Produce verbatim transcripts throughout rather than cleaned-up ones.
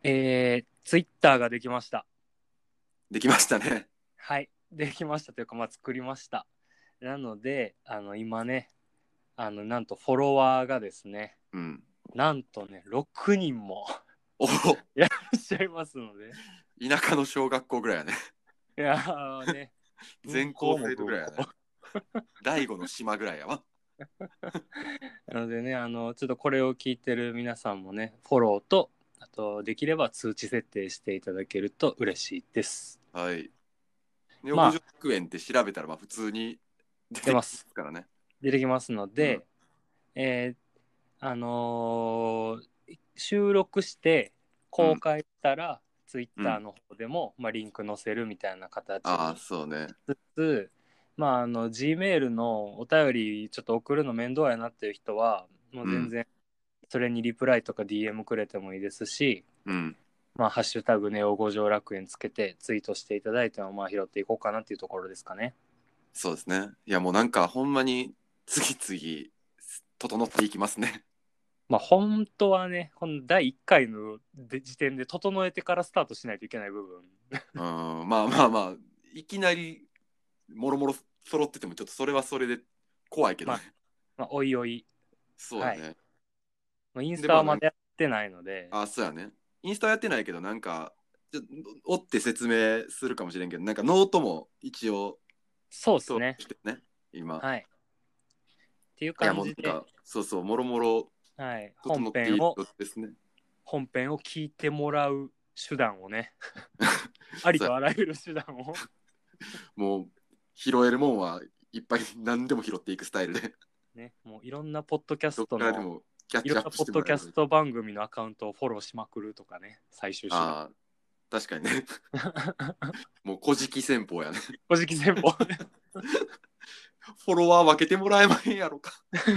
えー、ツイッターができました。 できましたね。 はい、できましたというか、まあ、作りました。なので、あの今ね、あのなんとフォロワーがですね、 うん。 なんとね、ろくにんもおいらっしゃいますので、 田舎の小学校ぐらいやね。 いやーね、文全校校も文校。 生徒ぐらいやね。第五の島ぐらいやわ。 なのでね、あのちょっとこれを聞いてる皆さんもね、フォローと、あとできれば通知設定していただけると嬉しいです。 はい。ネオまあ、 五条学園って調べたらまあ普通に出てきま出ます。 すからね。 出てきますのうん。 で、えーあのー収録して公うん。 開したら、ツイッうん。 ターの方でも、まあ、リンク載せるみたいな形ああ、 にしそうね。 つつ、まあ、あの Gmail のお便りちょっと送るの面倒やなっていう人は、もううん。 全然それにリプライとか ディーエム くれてもいいですし、 うん。 まあ、ハッシュタグネオ五条楽園つけてツイートしていただいても、まあ、拾っていこうかなっていうところですかね。 そうですね。いやもうなんかほんまに次々整っていきますね。 まあ、本当はね、このだいいっかいの時点で整えてからスタートしないといけない部分。 うん。まあまあまあ、いきなりもろもろ揃っててもちょっとそれはそれで怖いけどね。 まあ、まあ、おいおい。はい。 そうやね。 まあ、インスで、まあなんか、 タはまだやってないので、 あ、そうやね。インスタやってないけど、なんか、ちょ追って説明するかもしれんけど、なんかノートも一応登そうですね。 録してね、今。 はい。っていういや、 感じで、 もうなんか、そうそう、もろもろはい、本整っている編を、 ようですね。 本編を聞いてもらう手段をね、ありそうや、 とあらゆる手段をもう、拾えるもんはいっぱい何でも拾っていくスタイルで、 ね、もういろんなポッドキャどっストの、 からでもキャッいろんチアップなポッドキャしてもらえる。 スト番組のアカウントをフォローしまくるとかね、最終手段。 ああ、確かにね。もう、古事記戦法やね。 古事記戦法フォロワー分けてもらえまへんやろか。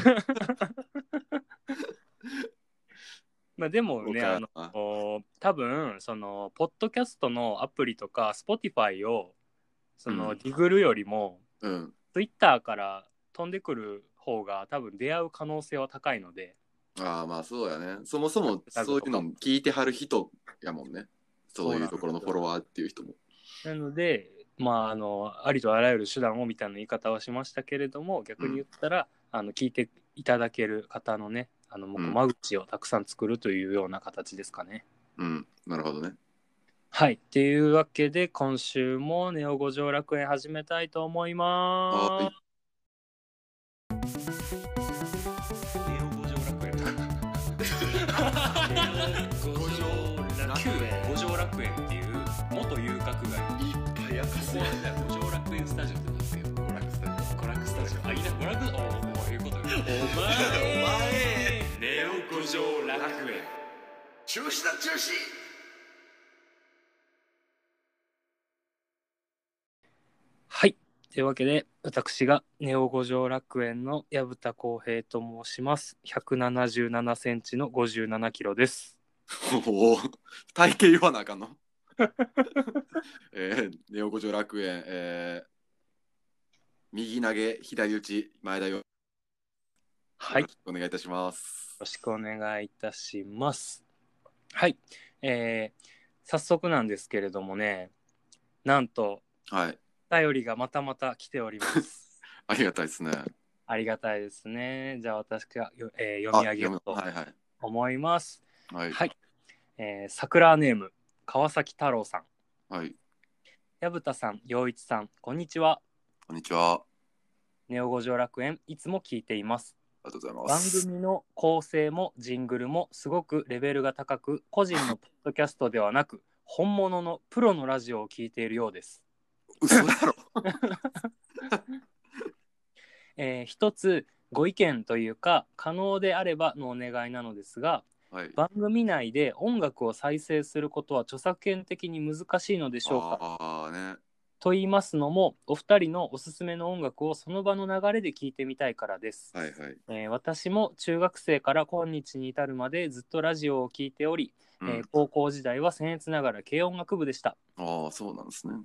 まあでもそうね、あの、 かな。 多分、その、ポッドキャストのアプリとか、Spotify を、その、 うん。 ディグるよりも、 うん。 Twitter から飛んでくる方が多分出会う可能性は高いので、 ああ、まあそうやね。そもそもハッシュタグそういうのとかも。 聞いてはる人やもんね。そういうそうなんところのフォですよ。 ロワーっていう人も。 なので、まあ、あの、ありとあらゆる手段をみたいな言い方はしましたけれども、逆に言うん。 ったら、あの、聞いていただける方のね、あの、もううん。 間口をたくさん作るというような形ですかね。 うん。なるほどね。 はい。っていうわけで、今週もネオ五条楽園始めたいと思います。 はーい。 ネオ五条楽園。五条楽園。五条楽園っていう元遊郭街。 いっぱい明かすやん。 五条楽園スタジオってなんですけど。 娯楽スタジ娯楽スタジオ。あ、いいな、娯楽、おお、こういうことよ。お前、 お前ネオ五条楽園。 中止だ中止。 はい。というわけで、私がネオ五条楽園の薮田浩平と申します。ひゃくななじゅうななセンチのごじゅうななキロです。 おお、体型言わなあかんの。えー、ネオ五条楽園、えー、右投げ、左打ち、前田よ。 はい。よよろしくお願いいたします。 ろしくお願いいたします。はい。えー、早速なんですけれどもね、なんと、 はい。 便りがまたまた来ております。 ありがたいですね。 ありがたいですね。じゃあ私が、えー読あ、 み上げ読む。 ようとはいはい。 思います。 はい。 はい。えー、桜ネーム、川崎太郎さん。 はい。 薮田さん、陽一さん、こんにちは。 こんにちは。 ネオ五条楽園、いつも聞いています。 ありがとうございま番す。 組の構成もジングルもすごくレベルが高く、個人のポッドキャストではなく、本物のプロのラジオを聞いているようです。 嘘だろ。 えー一つご意見というか、可能であればのお願いなのですが、 はい。 番組内で音楽を再生することは著作権的に難しいのでしょうか。 ああね。 と言いますのも、お二人のおすすめの音楽をその場の流れで聞いてみたいからです。 はいはい。 えー私も中学生から今日に至るまでずっとラジオを聞いており、 うん。 えー高校時代は僭越ながら軽音楽部でした。 ああ、そうなんですね。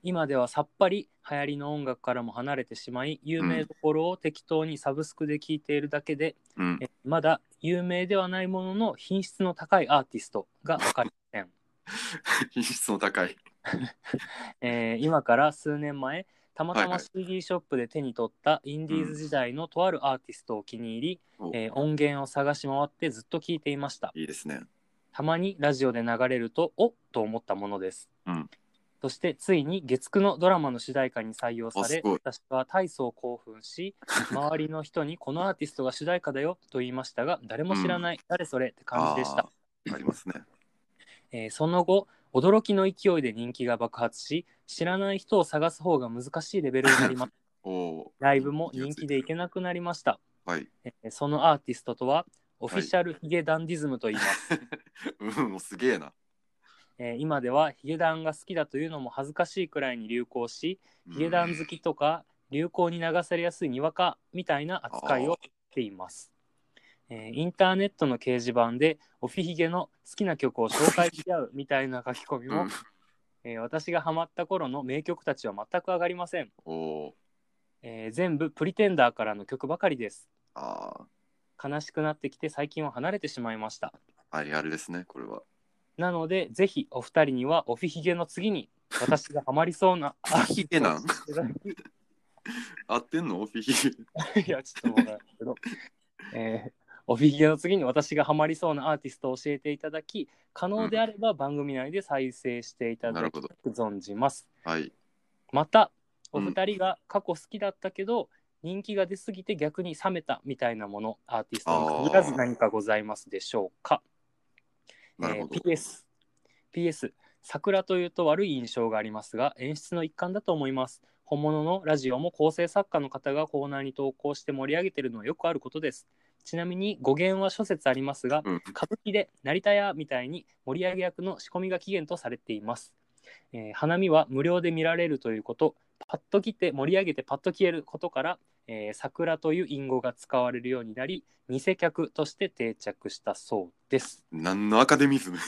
今ではさっぱり流行りの音楽からも離れてしまい、有名どころを適当にサブスクで聴いているだけで、 うん、 えまだ有名ではないものの品質の高いアーティストが分かりません。 品質の高い。 えー今から数年前、たまたまはいはい。 シーディー ショップで手に取ったインディーズ時代のとあるアーティストを気に入り、 おえー音源を探し回ってずっと聴いていました。 いいですね。 たまにラジオで流れると、おっと思ったものです。 うん。 そしてついに月くのドラマの主題歌に採用され、 あすごい。 私は大層興奮し、周りの人にこのアーティストが主題歌だよと言いましたが、誰も知らない、誰それって感じでした。 ああ、ありますね。 えーその後、驚きの勢いで人気が爆発し、知らない人を探す方が難しいレベルになります。 おお。 ライブも気がついてる人気で行けなくなりました。 はい。 えーそのアーティストとは、オフィシャルヒゲダンディズムと言います。 うん、もうすげえな。 えー今ではヒゲダンが好きだというのも恥ずかしいくらいに流行し、ヒゲダン好きとか流行に流されやすいにわかみたいな扱いをしています。えーインターネットの掲示板でオフィヒゲの好きな曲を紹介し合うみたいな書き込みも、 うん、 えー私がハマった頃の名曲たちは全く上がりません。 おお。 えー全部プリテンダーからの曲ばかりです。 あ悲しくなってきて最近は離れてしまいました。 あ、あれあれですね、これは。 なのでぜひお二人にはオフィヒゲの次に私がハマりそうなアーティストをなん教えていただき合ってんのオフィヒゲ。 いやちょっとわからないけど、えーオフィヒゲの次に私がハマりそうなアーティストを教えていただき、可能であれば番組内で再生していただきたく存じます。 はい。 またおうん二人が過去好きだったけど、人気が出すぎて逆に冷めたみたいなもの、アーティストに限らず何かございますでしょうか。 なるほど。 えー ピーエスピーエス 桜というと悪い印象がありますが、演出の一環だと思います。本物のラジオも構成作家の方がコーナーに投稿して盛り上げているのはよくあることです。ちなみに語源は諸説ありますが、 うん。 歌舞伎で成田屋みたいに盛り上げ役の仕込みが起源とされています。えー花見は無料で見られるということ、パッと来て盛り上げてパッと消えることから、えー桜という隠語が使われるようになり、偽客として定着したそうです。 何のアカデミズム。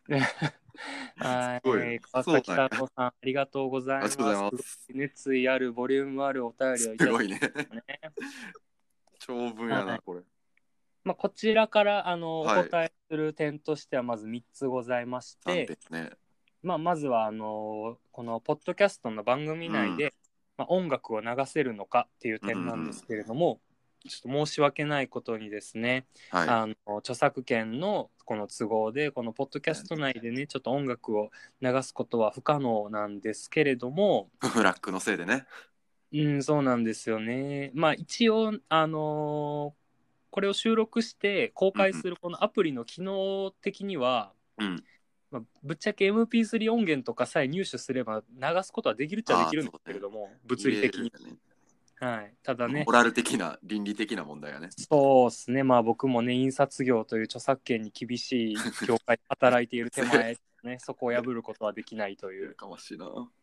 はい、 すごい。 川そうなんや。 崎太郎さん、ありがとうございます。 ありがとうございます。 熱意あるボリュームあるお便りをいただきすごいね。 ましたね。 長文やな、 はいこれ。 まあ、こちらからあの、 はいお答えする点としてはまずみっつございましさんて、 てんね。 まあ、まずはあのこのポッドキャストの番組内で、 うんまあ、音楽を流せるのかっていう点なんですけれども、ちょっと申し訳ないことにですね、 はい。 あの著作権のこの都合でこのポッドキャスト内でねちょっと音楽を流すことは不可能なんですけれども、 フラッグのせいでね。 うんそうなんですよね。まあ一応あのこれを収録して公開するこのアプリの機能的には、 うん。 まあ、ぶっちゃけ エムピースリー 音源とかさえ入手すれば流すことはできるっちゃできるんですけれども、物理的に、 ね、 はい、ただねモラル的な倫理的な問題がね。 そうですね、まあ僕もね印刷業という著作権に厳しい業界で働いている手前、ね、そこを破ることはできないというかましいな。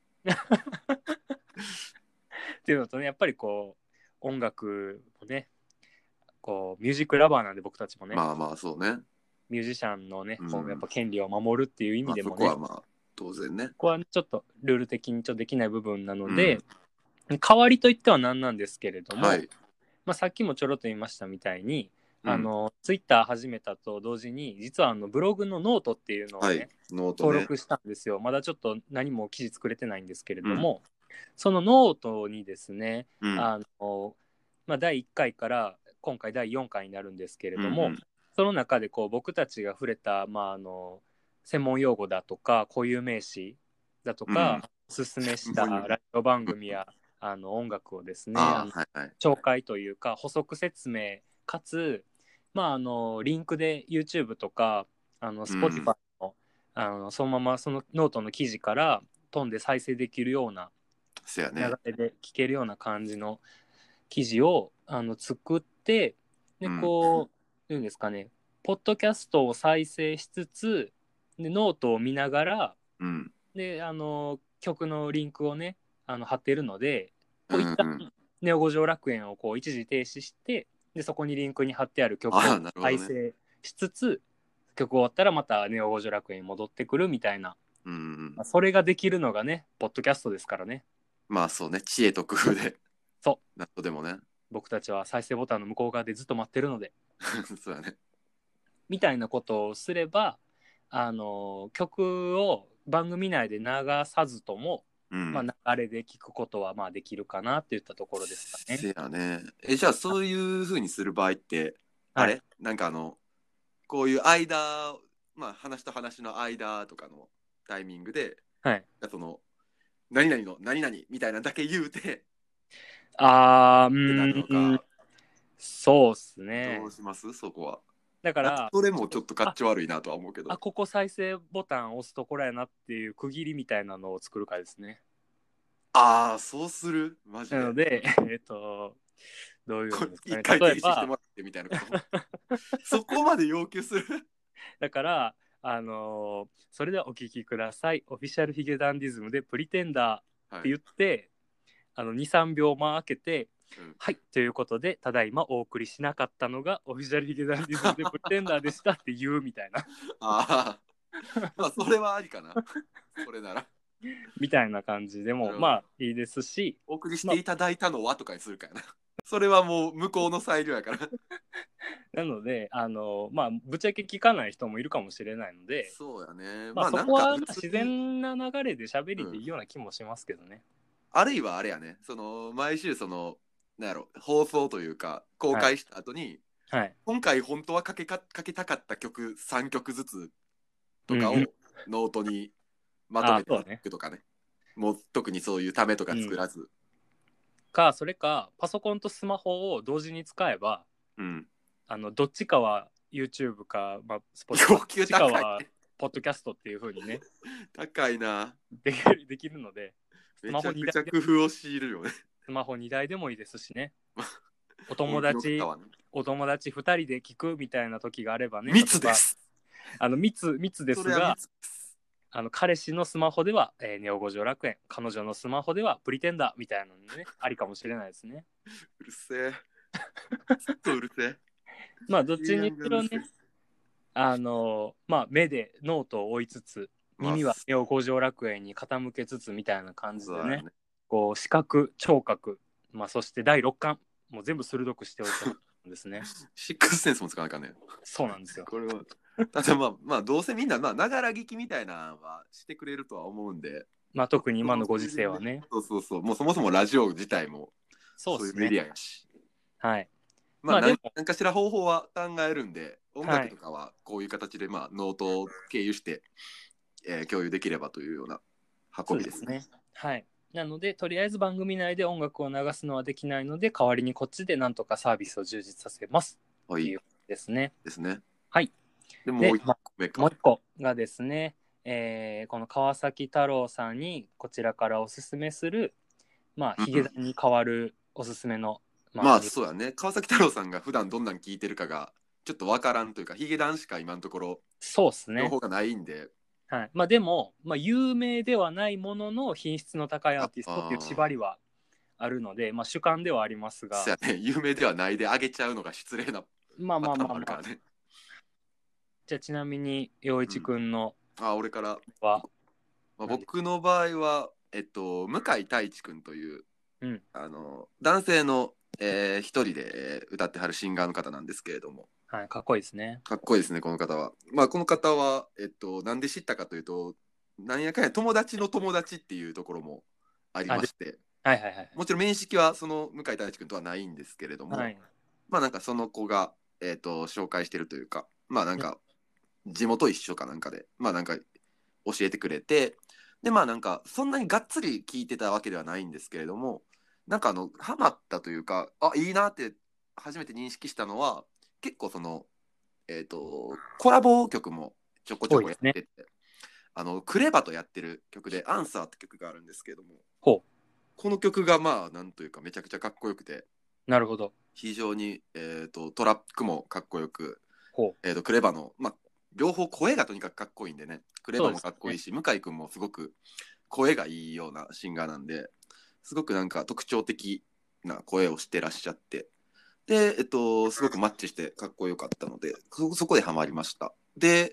っていうのとね、やっぱりこう音楽をねこうミュージックラバーなんで僕たちもね、 まあまあそうね。 ミュージシャンのね、 うんこうやっぱ権利を守るっていう意味でもね、 まあ、そこはまあ当然ね。 ここはちょっとルール的にちょっとできない部分なので、うん、代わりといっては何なんですけれども、 はいまあ、さっきもちょろっと言いましたみたいに、 うん、 あのツイッター始めたと同時に実はあのブログのノートっていうのをね、 はい、ノートね登録したんですよ。まだちょっと何も記事作れてないんですけれども、うん、そのノートにですね、うん、あのまあ、だいいっかいから今回だいよんかいになるんですけれども、うんうん、その中でこう僕たちが触れた、まあ、あの専門用語だとか固有名詞だとか、うん、おすすめしたラジオ番組やあの音楽をですね、あのはいはい、紹介というか補足説明かつ、まあ、あのリンクで YouTube とかあの Spotify の、うん、あのそのままそのノートの記事から飛んで再生できるような流れで聞けるような感じの記事をあの作ってでこう、うん、いうんですかねポッドキャストを再生しつつでノートを見ながら、うん、であの曲のリンクをねあの貼っているのでこういったネオ五条楽園をこう一時停止してでそこにリンクに貼ってある曲を再生しつつ、ね、曲終わったらまたネオ五条楽園に戻ってくるみたいなうん、 まあ、それができるのがねポッドキャストですからね。 まあそうね、知恵と工夫でそうなっとでもね僕たちは再生ボタンの向こう側でずっと待ってるのでそうだねみたいなことをすればあの曲を番組内で流さずとも、うん、まあ、流れで聞くことはまあできるかなっていったところですかね。 せやね。えじゃあそういう風にする場合って、はい、あれなんかあのこういう間、まあ、話と話の間とかのタイミングで、はい、その何々の何々みたいなだけ言うてあーってなるのか、そうっすね。 どうしますそこは。 だからそれもちょっとかっちょ悪いなとは思うけど、 あここ再生ボタン押すところやなっていう区切りみたいなのを作るかですね。 ああそうするマジで。 なのでえっとどういうのですかね、 一回停止してもらってみたいなことそこまで要求するだからあのー、それではお聞きくださいオフィシャルヒゲダンディズムでプリテンダーって言って、はい、あの にさんびょう間空けて、うん、はいということでただいまお送りしなかったのがオフィシャルヒゲダンディズムでプリテンダーでしたって言うみたいなああまあそれはありかなそれならみたいな感じでもまあいいですし、 お送りしていただいたのはとかにするからな、まあ、それはもう向こうの裁量やからなのであのまあぶっちゃけ聞かない人もいるかもしれないので、 そうやね、 まあ、そこは自然な流れで喋りでいいような気もしますけどね、 うん、あるいはあれやね、その毎週そのなんやろ放送というか公開した後に、はいはい、今回本当はかけかかけたかった曲さんきょくずつとかをノートにまとめていくとかね、うん、もう特にそういうためとか作らず、うん、 かそれかパソコンとスマホを同時に使えば、うん、あのどっちかは YouTube か、まあ、Spotify どっちかはポッドキャストっていう風にね高いなできるできるのでめちゃくちゃ工夫を強いるよねスマホにだいでもいいですしねお友達、ね、お友達ふたりで聞くみたいな時があればね密ですあの密密ですがあの彼氏のスマホでは、えー、ネオ五条楽園彼女のスマホではプリテンダーみたいなのねありかもしれないですねうるせえずっとうるせえまあどっちにしろねあのまあ目でノートを追いつつ耳はネオ五条楽園に傾けつつみたいな感じで ね, ねこう視覚聴覚、まあ、そして第六感もう全部鋭くしておいてんですねシックスセンスも使わなかんねそうなんですよこれはただまあまあどうせみんなながら聞きみたいなのはしてくれるとは思うんで、 まあ特に今のご時世はねそうそうそうもうそもそもラジオ自体もそういうメディアやし、 はいまあ、まあ、何かしら方法は考えるんで音楽とかはこういう形でまあノートを経由して、えー、共有できればというような運びですね。 そうですね。はい。なのでとりあえず番組内で音楽を流すのはできないので代わりにこっちでなんとかサービスを充実させますっていうですね。 ですね。 はい。 でもう一個目か。 もう一個がですね、えー、この川崎太郎さんにこちらからおすすめするまあヒゲダンに代わるおすすめの、 うん、まあ、まあそうやね川崎太郎さんが普段どんなん聞いてるかがちょっとわからんというかヒゲダンしか今のところそうですね情報がないんで。 はいまあ、でも、まあ、有名ではないものの品質の高いアーティストっていう縛りはあるので、まあ、主観ではありますが、 そうやね、有名ではないであげちゃうのが失礼なまあまあまあまあ、ね、じゃあちなみに陽一くんの、 うん、あ俺からは、 まあ、僕の場合は、えっと、向井太一くんという、うん、あの男性の、えー、一人で歌ってはるシンガーの方なんですけれども、 はい、かっこいいですね。 かっこいいですねこの方は。まあこの方は、えっと、なんで知ったかというとなんやかんや友達の友達っていうところもありまして、 はいはいはい、 もちろん面識はその向井太一くんとはないんですけれども、はい、まあなんかその子が、えー、と紹介してるというかまあなんか地元一緒かなんかでまあなんか教えてくれてでまあなんかそんなにがっつり聞いてたわけではないんですけれどもなんかあのハマったというかあいいなって初めて認識したのは結構そのえっ、ー、とコラボ曲もちょこちょこやってて、ね、あのクレバとやってる曲で「アンサー」って曲があるんですけれどもほうこの曲がまあなんというかめちゃくちゃかっこよくてなるほど非常に、えー、とトラックもかっこよく、えー、とクレバの、まあ、両方声がとにかくかっこいいんでねクレバもかっこいいし、ね、向井くんもすごく声がいいようなシンガーなんですごくなんか特徴的な声をしてらっしゃってで、えっと、すごくマッチしてかっこよかったのでそ, そこでハマりました。で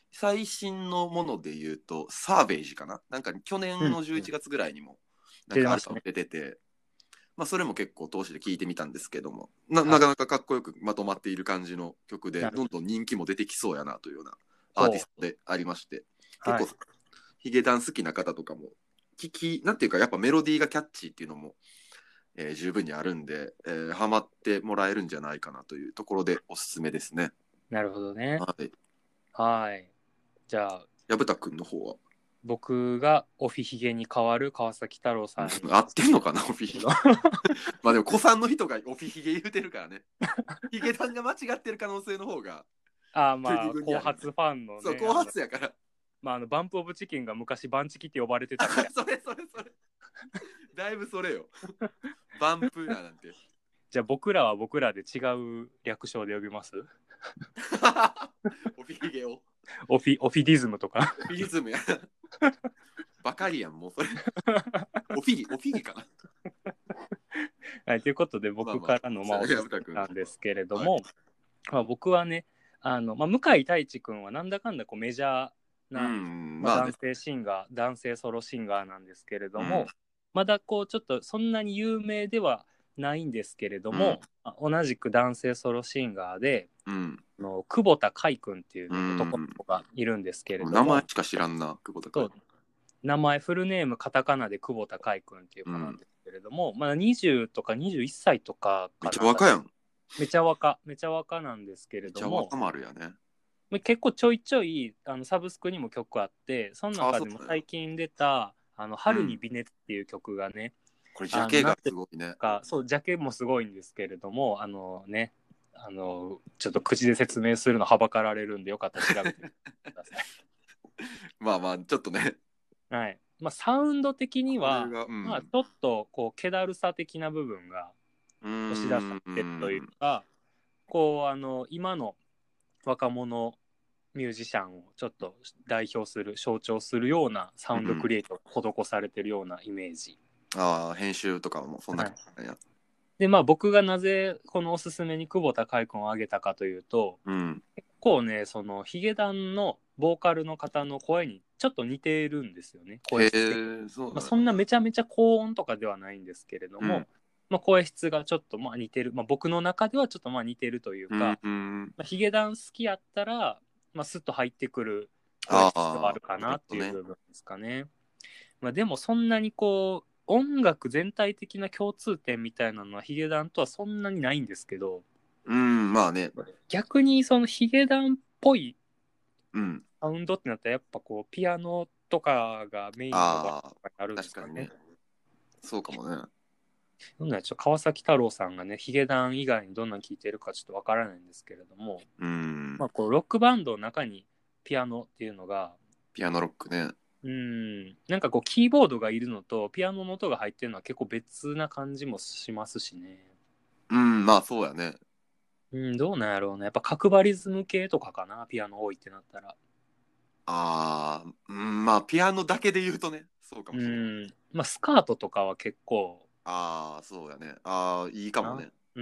最新のもので言うとサーベージかな、なんか去年のじゅういちがつぐらいにもなんかアルバム出てて、うんまあ、それも結構通しで聴いてみたんですけども な, なかなかかっこよくまとまっている感じの曲で、どんどん人気も出てきそうやなというようなアーティストでありまして、結構、はい、ヒゲダン好きな方とかも聞きなんていうかやっぱメロディーがキャッチーっていうのも、えー、十分にあるんで、えー、ハマってもらえるんじゃないかなというところでおすすめですね。 なるほどね。 はい。 はい。じゃあ薮田君の方は僕がオフィヒゲに代わる川崎太郎さん合ってんのかなオフィヒゲまあでも子さんの人がオフィヒゲ言うてるからねヒゲダンが間違ってる可能性の方がああまあ後発ファンのねそう後発やからまああのバンプオブチキンが昔バンチキって呼ばれてたからそれそれそれだいぶそれよバンプーなんてじゃあ僕らは僕らで違う略称で呼びますオフィヒゲをオフィオフィディズムとかオフィディズムやバカリアンもうそれオフィリオフィリかなはい、ということで僕からのまあおすすめなんですけれども、まあ、僕はねあの、まあ、向井太一君はなんだかんだこうメジャーな、うんまあ、男性シンガー、ね、男性ソロシンガーなんですけれども、うん、まだこうちょっとそんなに有名ではないんですけれども、うん、同じく男性ソロシンガーで、うん、の久保田海君っていう、ね、男の子がいるんですけれども、 名前しか知らんな久保田海君。 名前フルネームカタカナで久保田海君っていう子なんですけれども、うん、まだにじゅうとかにじゅういっさいとかかな。 めちゃ若やん。 めちゃ若めちゃ若なんですけれども、 めちゃ若丸やね。 結構ちょいちょいあのサブスクにも曲あって、その中でも最近出たあの春に微熱っていう曲がね、 うん、これジャケがすごいね。 そうジャケもすごいんですけれども、あのねあのちょっと口で説明するのはばかられるんでよかったら調べてください。 まあまあちょっとね。 はいまあ、サウンド的には、うん、まあ、ちょっとこう気だるさ的な部分が押し出されてるというか、こうあの今の若者ミュージシャンをちょっと代表する象徴するようなサウンドクリエイトが施されてるようなイメージ、 うん、ああ編集とかもそんな感じや、はい、 でまあ僕がなぜこのおすすめに久保田海君を挙げたかというと、うん、結構ねそのヒゲダンのボーカルの方の声にちょっと似ているんですよね。声質的そ, まあ、そんなめちゃめちゃ高音とかではないんですけれども、うんまあ、声質がちょっとまあ似てる、まあ、僕の中ではちょっとまあ似てるというか、うんうんまあ、ヒゲダン好きやったら、まあ、スッと入ってくる声質があるかなっていう部分ですかね。まあ、でもそんなにこう音楽全体的な共通点みたいなのはヒゲダンとはそんなにないんですけど、 うんまあね逆にそのヒゲダンっぽいうん、 サウンドってなったらやっぱこうピアノとかがメインの場所になるんですかね。確かにね。 そうかもね。 どんなちょっと川崎太郎さんがねヒゲダン以外にどんな聴いてるかちょっとわからないんですけれども、うんまあこうロックバンドの中にピアノっていうのがピアノロックね。 うんなんかこうキーボードがいるのとピアノの音が入ってるのは結構別な感じもしますしね。 うんまあそうやね。 うんどうなんやろうね。やっぱ角張リズム系とかかなピアノ多いってなったら。 ああ、うん、まあピアノだけで言うとね、そうかもしれない。 うん、まあスカートとかは結構。 ああ、そうやね。ああ、いいかもね。 うん。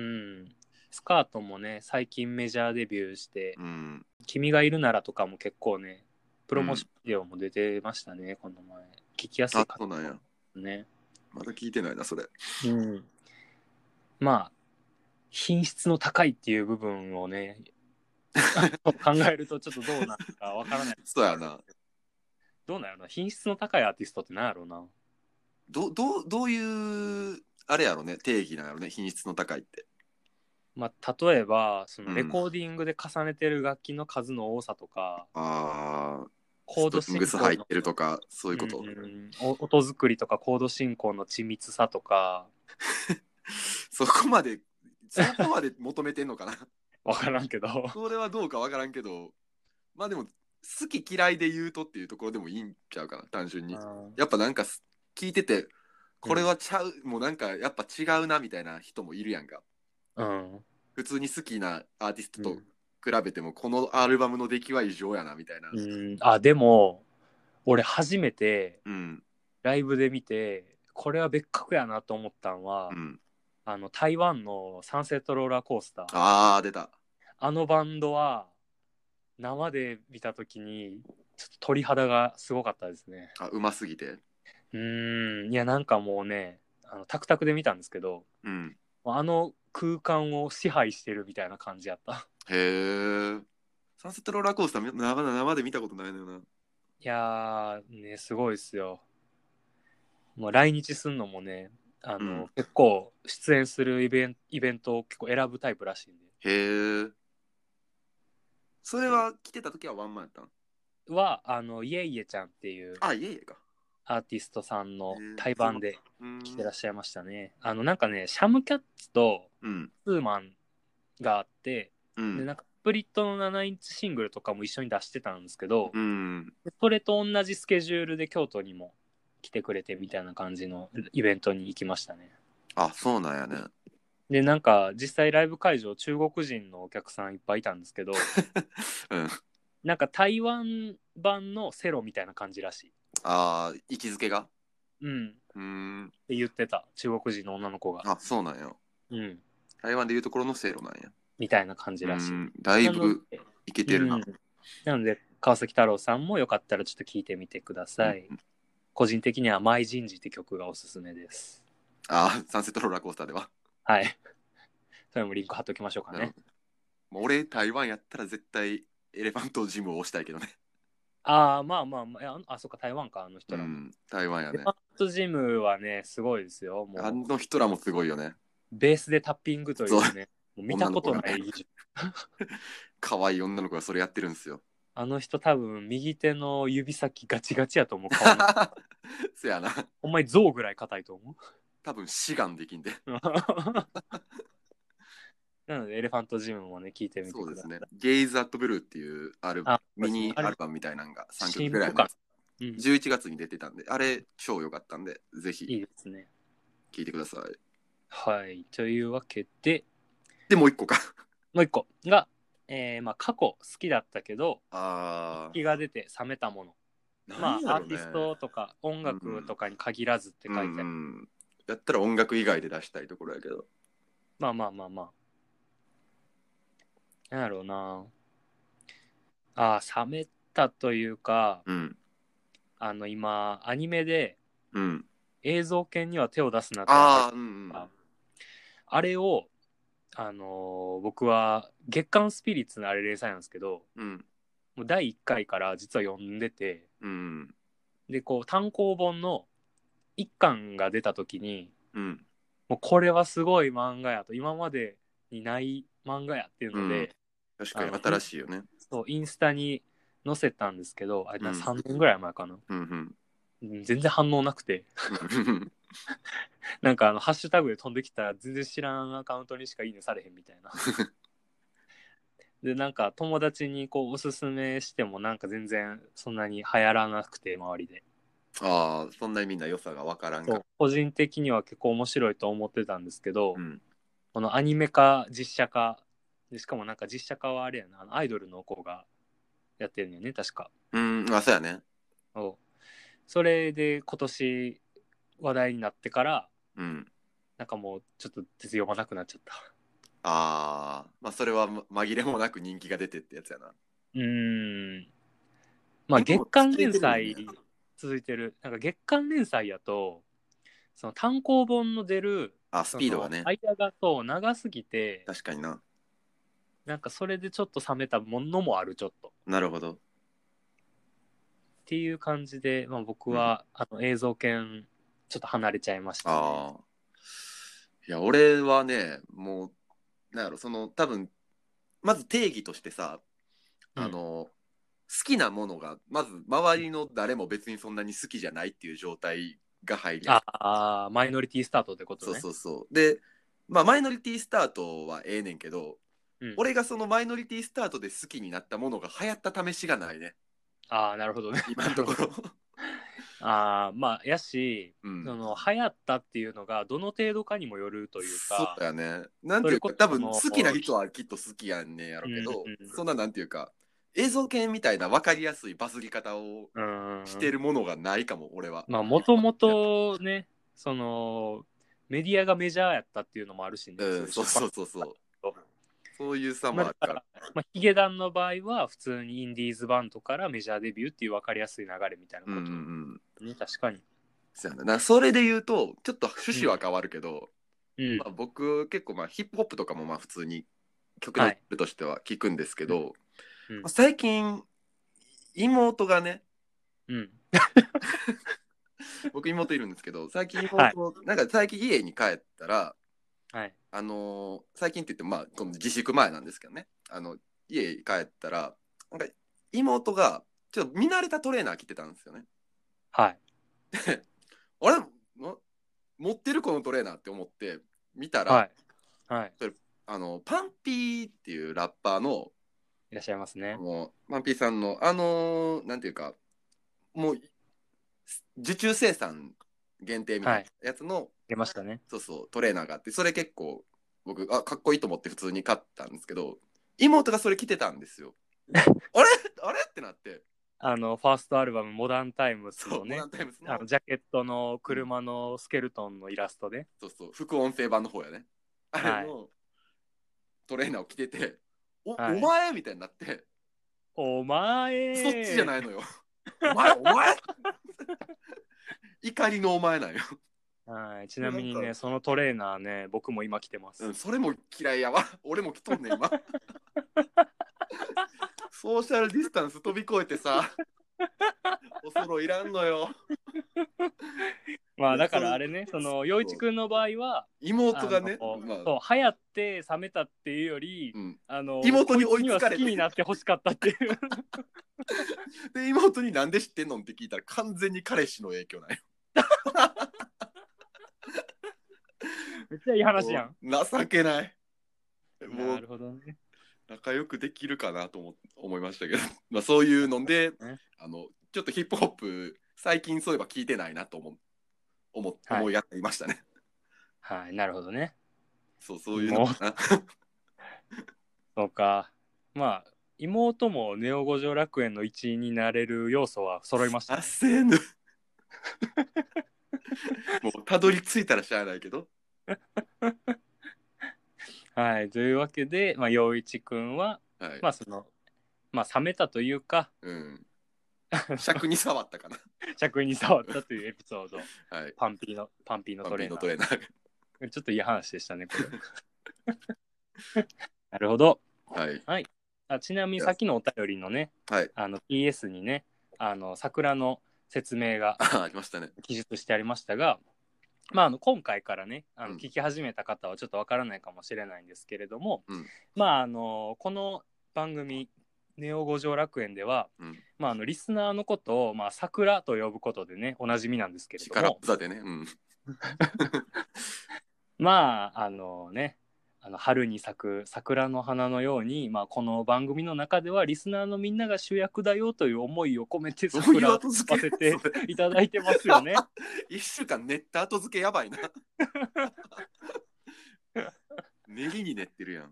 スカートもね、最近メジャーデビューして、うん、君がいるならとかも結構ね、プロモーションビデオも出てましたね、うん、この前。聞きやすいかな。あ、そうなんや。ね。まだ聞いてないな、それ。 うん。まあ、品質の高いっていう部分をね、考えるとちょっとどうなるかわからない。 そうやな。 どうなんやろな。品質の高いアーティストって何やろうな。 どどどういうあれやろね定義なんやろね品質の高いって。 まあ例えばそのレコーディングで重ねてる楽器の数の多さとか、 うん、ああコード進行の入ってるとかそういうこと。 うん、音作りとかコード進行の緻密さとか。 そこまでそこまで求めてんのかな。 分からんけどそれはどうか分からんけどまあでも好き嫌いで言うとっていうところでもいいんちゃうかな単純に。やっぱなんか聞いててこれはちゃう、うん、もうなんかやっぱ違うなみたいな人もいるやんか、うん、普通に好きなアーティストと比べてもこのアルバムの出来は異常やなみたいな、 うん、あでも俺初めてライブで見てこれは別格やなと思ったんは、うん、あの台湾のサンセットローラーコースター。 あー出た。 あのバンドは生で見た時にちょっと鳥肌がすごかったですね。 あ、うますぎて。 うーん、いやなんかもうね、あのタクタクで見たんですけど、 うん。 あの空間を支配してるみたいな感じやった。 へえ。サンセットローラーコースター生生で見たことないのよな。 いやーね、すごいですよ。もう来日すんのもね、あの、 うん、 結構出演するイベンイベントを結構選ぶタイプらしいんで。 へえ。それそは来てた時はワンマンやったん？ うは、あの、イエイエちゃんっていうあ、いえいえか。 アーティストさんのへえ、 対バンでそう。う来てん。 らっしゃいましたね。あの、なんかね、シャムキャッツとうん。 ツーマンがあって、で、 うん。 なんかスプリットのななインチシングルとかも一緒に出してたんですけど、 うん。 それと同じスケジュールで京都にも来てくれてみたいな感じのイベントに行きましたね。 あ、そうなんやね。 で、なんか実際ライブ会場中国人のお客さんいっぱいいたんですけど、 うん。 なんか台湾版のセロみたいな感じらしい。 あー、位置づけが。 うん。っうーん。 て言ってた、中国人の女の子が。 あ、そうなんや。 うん。 台湾でいうところのせいろなんや。 みたいな感じうーらしい。 ん。だいなのぶで、 いけてるな。 うん。なので、川崎太郎さんもよかったらちょっと聞いてみてください。 うん。 個人的にはマイ人事って曲がおすすめです。 あー、サンセットローラーコースターでは。 はい。それもリンク貼っておきましょうかね。 なるほど。もう俺、台湾やったら絶対エレファントジムを押したいけどね。 ああ、まあまあまあ、あ、そっか、台湾か、あの人らも。 うん。台湾やね。 デパートジムはね、すごいですよ。 あもの人らもすごいよね。 う、ベースでタッピングとそう。 いうね、もう見たことない技術。 可愛い女の子がそれやってるんですよ。 あの人多分、右手の指先ガチガチやと思う、顔の。 そやな。 ほんまに象ぐらい硬いと思う。 多分志願できんで。 なので、エレファントジムもね、聞いてみてください。 そうですね。ゲイズ・アット・ブルーっていうアルあ、 ミそうですね。あれ、 ニアルバムみたいなのがさんきょく新ぐらいのやつ。 譜か。うん。 じゅういちがつに出てたんで、あれ超良かったんで、ぜひいいですね。 聴いてください。 はい。というわけで、 で、もう一個か。 もう一個が、えーまあ、過去好きだったけど、 あ気が出て冷めたもの。 ー、なまあ、 んやろね。 アーティストとか音楽とかに限らずってうん書いてある。 うん。やったら音楽以外で出したいところやけど。 まあまあまあまあ。なんやろうな。ああ、冷めたというか、 うん。 あの、今、アニメでうん。 映像犬には手を出すなってある。 あー、うんうん。 あれを、あのー僕は月刊スピリッツのあれ連載なんですけど、 うん。 もうだいいっかいから実は読んでて、 うん。 で、こう、単行本のいっかんが出た時に、 うん。 もうこれはすごい漫画やと、今までにない漫画やっていううん。 ので、あの確かに新しいよね。 そうインスタに載せたんですけど、あれなうんさんねんぐらい前かな。 うんうん。 うん全然反応なくて、 うんなんかあの、ハッシュタグで飛んできたら全然知らんアカウントにしかいいねされへんみたいな。で、なんか友達にこうおすすめしてもなんか全然そんなに流行らなくて、周りで。 ああ、そんなにみんな良さがわからんか。 そう個人的には結構面白いと思ってたんですけど、 うん。 このアニメ化、実写化、でしかもなんか実写化はあれやな、あのアイドルの子がやってるんよね、確か。 うん、あ、そうやね。 そうそれで今年話題になってから、 うん。 なんかもうちょっと全然読まなくなっちゃった。 ああ、まあそれはま紛れもなく人気が出てってやつやな。 うーん。まあ今も月刊続い連載てるよね。 続いてる。なんか月刊連載やと、その単行本の出る、 あ、スそのピードがね。 間がそう長すぎて、 確かにな。 なんかそれでちょっと冷めたものもある、ちょっと。 なるほど。 っていう感じで、まあ、僕うん、 は、あの映像犬ちょっと離れちゃいましたね。 ああ。いや、俺はね、もう、なんやろ、その、多分、まず定義としてさ、 うん、 あの、好きなものが、まず周りの誰も別にそんなに好きじゃないっていう状態が入りやすい。 ああ、マイノリティスタートってことね。 そうそうそう。で、まあ、マイノリティスタートはええねんけど、 うん、 俺がそのマイノリティスタートで好きになったものが流行った試しがないね。 ああ、なるほどね。 今のところ。 ああ、まあ、やし、 うん。 その流行ったっていうのがどの程度かにもよるというそうか、 やね。なんていうか、 それこ多その、 分好きな人はきっと好きやんねんやろうんけど、 うんそんななんていうか、映像系みたいな分かりやすいバズり方をうん、うしてん、 るものがないかも、俺は。 まあ、もともとね、その、メディアがメジャーやったっていうのもあるしね、 うん、 そういう出版そうそうそうそう。 そういう差もあるから。 まあ、まあ、ヒゲダンの場合は普通にインディーズバンドからメジャーデビューっていう分かりやすい流れみたいなこと、うんうんうん、ね、確かに。 そうやな。なんかそれで言うとちょっと趣旨は変わるけど、 うんまあ、僕結構まあヒップホップとかもまあ普通に曲のジャンルとしては聞くんですけど、はいうんまあ、最近妹がね、うん、僕妹いるんですけど最近妹、はい、なんか最近家に帰ったら、はい、あのー、最近って言ってもまあこの自粛前なんですけどね、あの家に帰ったらなんか妹がちょっと見慣れたトレーナー着てたんですよね。はい。あれ持ってるこのトレーナーって思って見たら、はいはい、それあのパンピーっていうラッパーのいらっしゃいますね。 もうパンピーさんのあのー、なんていうかもう受注生産限定みたいなやつの、はい、 出ましたね。 そうそうトレーナーがあってそれ結構僕あかっこいいと思って普通に買ったんですけど妹がそれ着てたんですよ。あれあれってなってあのファーストアルバムモダンタイムスのねあのジャケットの車のスケルトンのイラストで、うん、 そうそう副音声版の方やねあれのトレーナーを着てて、はい、お, お前みたいになってお前そっちじゃないのよお前お前怒りのお前なんよ。 はい、ちなみにねそのトレーナーね僕も今着てます、 うん、それも嫌いやわ俺も着とんねん今ソーシャルディスタンス飛び越えてさおそろいらんのよまあだからあれねその陽一くんの場合は妹がね、 まあ、そう流行って冷めたっていうより、うん、あの妹に追いつかれて好きになってほしかったっていうで妹になんで知ってんのって聞いたら完全に彼氏の影響なんよめっちゃいい話やん。 情けない。 もうなるほどね。 仲良くできるかなと 思, 思いましたけどまあそういうのであのちょっとヒップホップ最近そういえば聞いてないなと思思、はい、思いやっていましたね。 はい、なるほどね。 そうそういうのかな。 そうか。まあ妹もネオ五条楽園の一員になれる要素は揃いました、ね。 あせぬ。もうたどり着いたらしゃあないけど。 はい、というわけで、まあ、陽一くんは、はい、まあその、まあ冷めたというか、うん、 尺に触ったかな。 尺に触ったというエピソード、はい、パンピーのパンピーのトレーナー。トレーナーちょっといい話でしたね、これ。なるほど。はい。はい、あちなみにさっきのお便りのね、はい、あの ピーエス にね、あの桜の説明がありましたね。 記述してありましたが、まあ、あの今回からねあの聞き始めた方はちょっとわからないかもしれないんですけれども、うん、まああのこの番組ネオ五条楽園では、うんまあ、あのリスナーのことを、まあ、桜と呼ぶことでねおなじみなんですけれども力っざでね、うん、 まああのねあの春に咲く桜の花のように、まあ、この番組の中ではリスナーのみんなが主役だよという思いを込めて桜をさせていただいてますよね。 一週間練った後付けやばいな。練りに練ってるやん。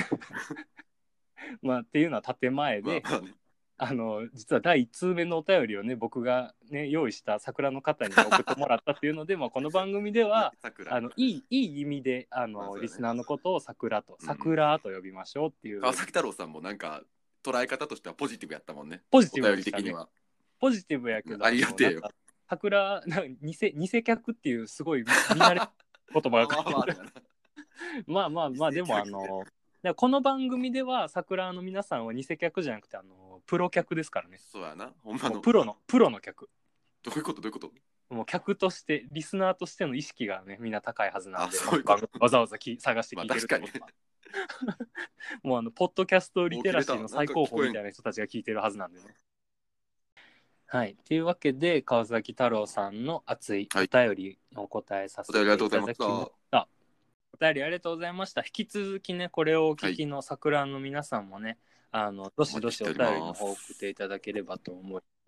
まあっていうのは建前で、まあまあね、あの実はだいいち通目のお便りをね僕がね用意した桜の方に送ってもらったっていうので、まあこの番組ではあのいいいい意味であの、まあね、リスナーのことを桜と桜と呼びましょうっていう、うん、 川崎太郎さんもなんか捉え方としてはポジティブやったもんね。 ポジティブお便り的にはポジティブやけど、 ありがてえよ。 桜偽偽客っていうすごい見慣れ言葉が書いてる。まあまあまあでもあのこの番組では桜の皆さんは偽客じゃなくてあのプロ客ですからね。 そうやな、ほんまのプロのプロの客。 どういうことどういうこと？ もう客としてリスナーとしての意識がねみんな高いはずなんで、そういうことわざわざき探して聞いてるってことは、まあ、もうあのポッドキャストリテラシーの最高峰みたいな人たちが聞いてるはずなんでね。はい、というわけで川崎太郎さんの熱いお便りにお答えさせていただきました。はいお便りありがとうございました。引き続きねこれをお聞きの桜の皆さんもね、はい、あのどしどしお便りの方送っていただければと思います。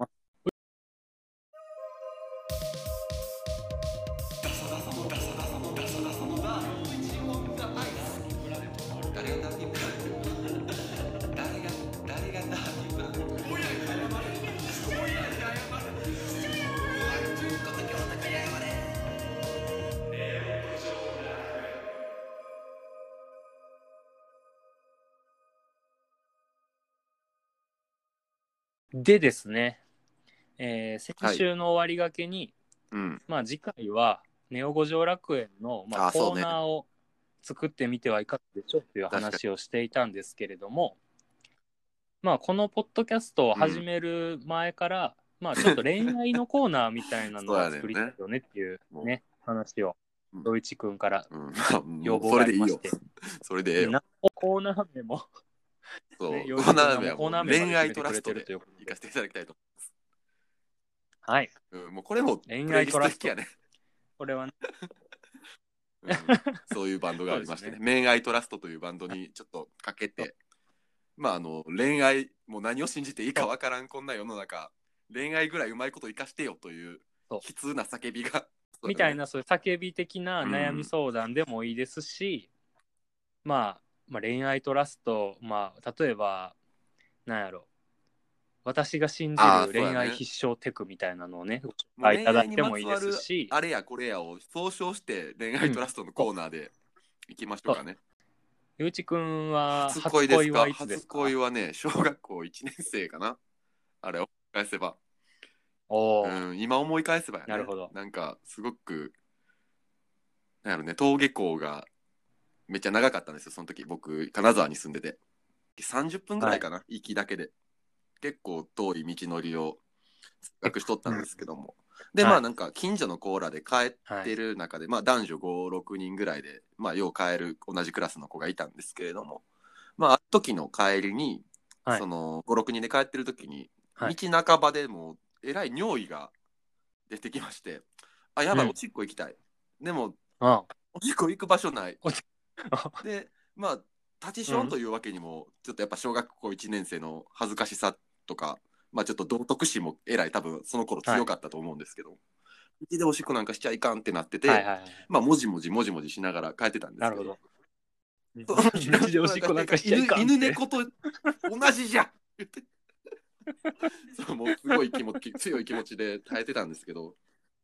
でですね、えー、先週の終わりがけに、 はい、うん、 まあ次回はネオ五条楽園の、まあ、コーナーを作ってみてはいかがでしょうという話をしていたんですけれども、まあこのポッドキャストを始める前から、うん、まあちょっと恋愛のコーナーみたいなのを作りたいよねっていうね、ね話をドイチ君から要望がありまして、 それでええよ。 コーナー名もそう、ね、コーナー名はもう恋愛トラストで行かせていただきたいと思います。 はい、 うん、もうこれも恋愛トラストやね。 これはね、 うん、そういうバンドがありましてね、恋愛トラストというバンドにちょっとかけて、まああの恋愛もう何を信じていいかわからんこんな世の中、恋愛ぐらいうまいこと生かしてよという悲痛な叫びが、 みたいなそういう叫び的な悩み相談でもいいですし、うん、まあ、まあ恋愛トラスト、まあ例えばなんやろ、私が信じる恋愛必勝テクみたいなのをね、 ご紹介いただいてもいいですし、あれやこれやを総称して恋愛トラストのコーナーでいきましょうかね。うんゆうちくんは初恋ですか？初恋はね、小学校いちねん生かな。あれを返せば。 お、 うん、今思い返せばやね。 なるほど。 なんかすごくなんやろね、登下校がめっちゃ長かったんですよ。その時僕金沢に住んでてさんじゅっぷんぐらいかな、はい、行きだけで結構遠い道のりを通学しとったんですけども、でまあなんか近所のコーラで帰ってる中で、はい、まあ男女ご、ろくにんぐらいでまあよう帰る同じクラスの子がいたんですけれども、まああの時の帰りに、はい、そのご、ろくにんで帰ってる時に、はい、道半ばでもうえらい尿意が出てきまして、あやばい、うん、おしっこ行きたい、でもああおしっこ行く場所ないでまあ立ちションというわけにも、うん、ちょっとやっぱ小学校いちねん生の恥ずかしさとか、まあちょっと道徳心もえらい多分その頃強かったと思うんですけど、はい、でおしっこなんかしちゃいかんってなってて、はいはいはい、まあもじもじもじもじしながら帰ってたんですけど、なるほど道でおしっこなんかしちゃいかんって犬猫と同じじゃんってそうもうすごい気持ち強い気持ちで耐えてたんですけど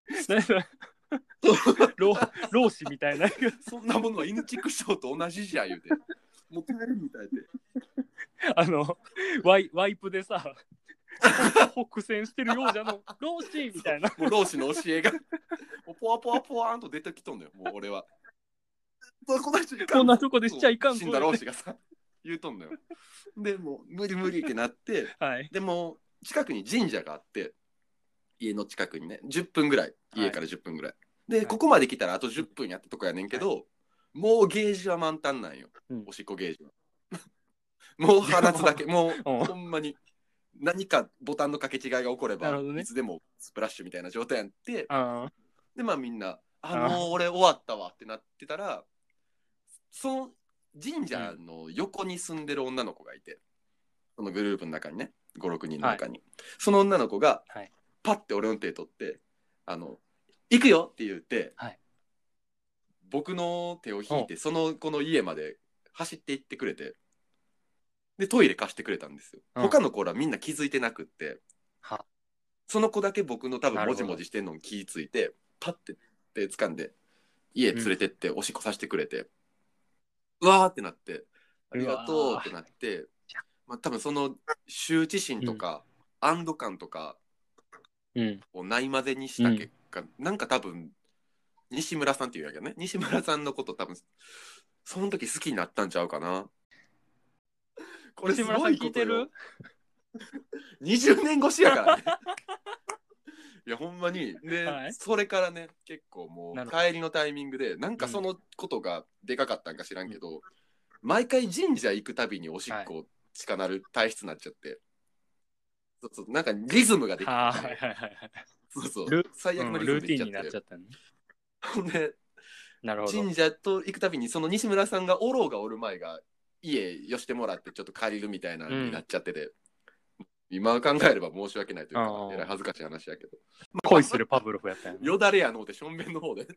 老老子みたいなそんなものは犬畜生と同じじゃ言うてもう耐えるみたいであのワイワイプでさ北戦してるようじゃの老子みたいなもう老子の教えがもうポワポワポワーンと出てきとんのよ。もう俺はこんなとこでしちゃいかん死んだ老子がさ言うとんのよ。でもう無理無理ってなって、はい、でも近くに神社があって家の近くにねじゅっぷんぐらい家からじゅっぷんぐらい、はい、で、はい、ここまで来たらあとじゅっぷんやったとこやねんけど、はい、もうゲージは満タンなんよ、うん、おしっこゲージはもう放つだけもうほんまに何かボタンの掛け違いが起これば、ね、いつでもスプラッシュみたいな状態やって、でまあみんなあもう俺終わったわってなってたら、その神社の横に住んでる女の子がいて、そのグループの中にねご、ろくにんの中に、はい、その女の子が、はい、パッて俺の手取ってあの行くよって言って、はい、僕の手を引いてその子の家まで走って行ってくれて、でトイレ貸してくれたんですよ。他の子らみんな気づいてなくって、はその子だけ僕の多分もじもじしてんのに気づいてパッて手掴んで家連れてっておしっこさせてくれて、うん、うわーってなってありがとうってなって、まあ、多分その羞恥心とか、うん、安堵感とかをないまぜにした結果、うん、なんか多分西村さんっていうわけね、西村さんのこと多分その時好きになったんちゃうかな。これすごいことよ。にじゅうねん越しやからねいやほんまにで、はい、それからね結構もう帰りのタイミングでなんかそのことがでかかったんか知らんけど、うん、毎回神社行くたびにおしっこ近なる体質になっちゃって、はい、そうそうなんかリズムができて、ね、はいはいはい、そうそう最悪のリズムでいっちゃって、うん、ルーティンになっちゃったね。ほんでなるほど神社と行くたびにその西村さんがおろうがおる前が家よしてもらってちょっと借りるみたいなになっちゃってて、うん、今考えれば申し訳ないというかえらい恥ずかしい話やけど、 恋するパブロフやったんやな。 よだれやのうて正面の方で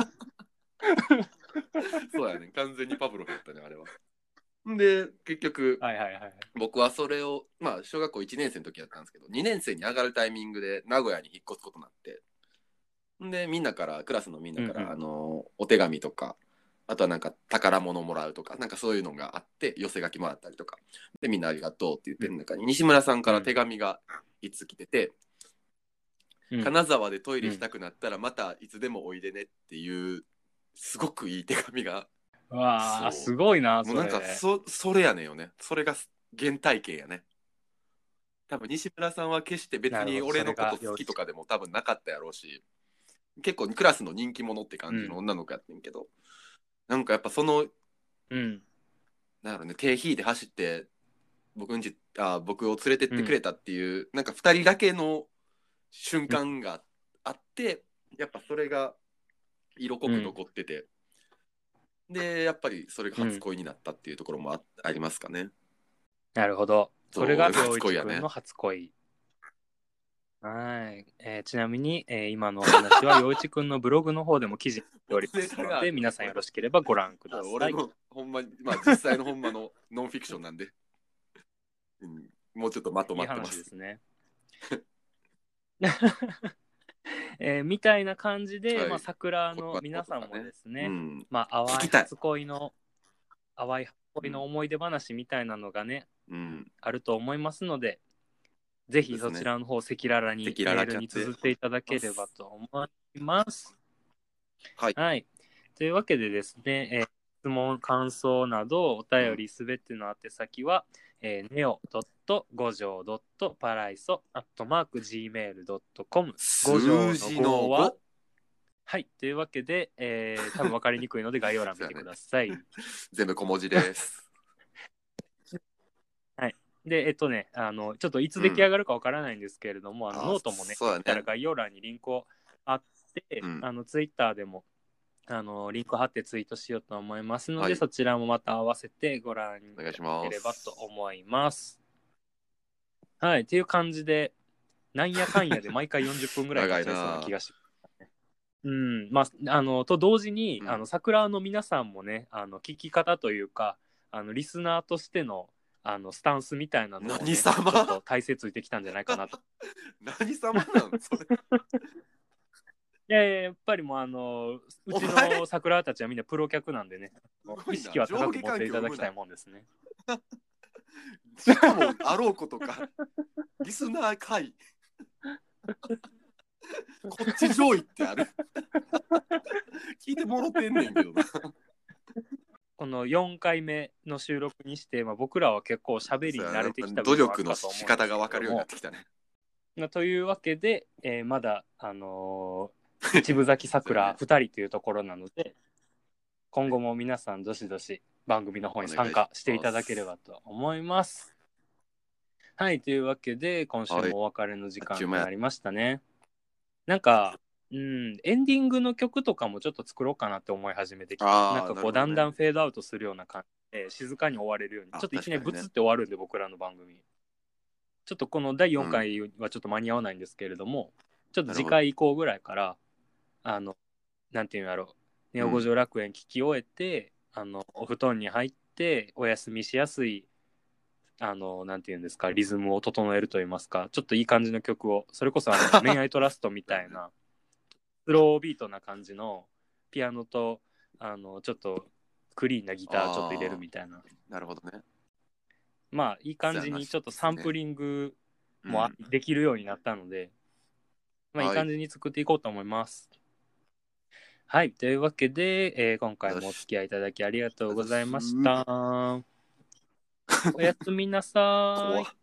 そうやね完全にパブロフやったねあれは。で結局、はいはいはい、僕はそれをまあ小学校いちねん生の時やったんですけどにねん生に上がるタイミングで名古屋に引っ越すことになって、でみんなからクラスのみんなから、うんうん、あのお手紙とかあとはなんか宝物もらうとか、なんかそういうのがあって、寄せ書きもらったりとか。で、みんなありがとうって言ってる中に、西村さんから手紙がいつ来てて、うん、金沢でトイレしたくなったらまたいつでもおいでねっていう、すごくいい手紙が。 わあ、すごいな、 もうなんかそ、それやねんよね。それが原体験やね。多分西村さんは決して別に俺のこと好きとかでも多分なかったやろうし、結構クラスの人気者って感じの女の子やってんけど、うん、なんかやっぱその、うん、なんだろうね、手引いて走って僕んちあ僕を連れてってくれたっていう、うん、なんかふたりだけの瞬間があって、うん、やっぱそれが色濃く残ってて、うん、でやっぱりそれが初恋になったっていうところも あ,、うん、ありますかね。 なるほど。それが陽一くんの初恋。はい、えー、ちなみに、えー、今のお話は陽一くんのブログの方でも記事にしておりますので皆さんよろしければご覧ください。 俺のほんまに、まあ、実際のほんまのノンフィクションなんで、うん、もうちょっとまとまってます。いい話ですね。 えー、みたいな感じで、はい、まあ、桜の皆さんもですね、ね、うん、まあ、淡い初恋の淡い初恋の思い出話みたいなのがね、うん、あると思いますので、ぜひそちらの方、赤裸々にメールに綴っていただければと思います。はい。はい、というわけでですね、えー、質問、感想などお便りすべての宛先は、うん、えー、ネオ ご条 パライソ アットマーク ジーメール ドットコム ご条のごははい。というわけで、えー、多分分かりにくいので概要欄見てください。 全部小文字です。 はい。で、えっとね、あの、ちょっといつ出来上がるかわからないんですけれども、うん、あのノートもね、そしたら概要欄にリンクをあって、うん、あの、ツイッターでも、あの、リンク貼ってツイートしようと思いますので、はい、そちらもまた合わせてご覧いただければと思います。はい。っていう感じで、なんやかんやで毎回よんじゅっぷんぐらい経っちゃいそうな気がします。うん、まあ、あのと同時に、うん、あの桜の皆さんもね、あの聞き方というか、あのリスナーとしてのあのスタンスみたいなのを、ね、何様ちょっと体制ついてきたんじゃないかなと。 何様なんそれ。 いやいや、やっぱりもうあのうちの桜たちはみんなプロ客なんでね、意識は高く持っていただきたいもんですね。 しかもあろうことかリスナー会こっち上位ってある聞いてもろてんねんけどな。 このよんかいめの収録にして、まあ、僕らは結構喋りに慣れてきた努力の仕方が分かるようになってきたね。 というわけで、えー、まだ、あのー、一分咲き桜ふたりというところなので今後も皆さんどしどし番組の方に参加していただければと思います。はい、というわけで今週もお別れの時間となりましたね。なんか、うん、エンディングの曲とかもちょっと作ろうかなって思い始めてきて、なんかこう、ね、だんだんフェードアウトするような感じで静かに終われるように、ちょっといきなりブツって終わるんで、ね、僕らの番組ちょっとこのだいよんかいはちょっと間に合わないんですけれども、うん、ちょっと次回以降ぐらいからあのなんていうんやろう、ネオ五条楽園聞き終えて、うん、あのお布団に入ってお休みしやすいあのなんていうんですか、リズムを整えると言いますか、ちょっといい感じの曲を、それこそあの恋愛トラストみたいなスロービートな感じのピアノとあのちょっとクリーンなギターちょっと入れるみたいな。 なるほどね。 まあいい感じにちょっとサンプリングもできるようになったので、うん、まあいい感じに作っていこうと思います。はい、はい、というわけで、えー、今回もお付き合いいただきありがとうございました。おやすみなさい。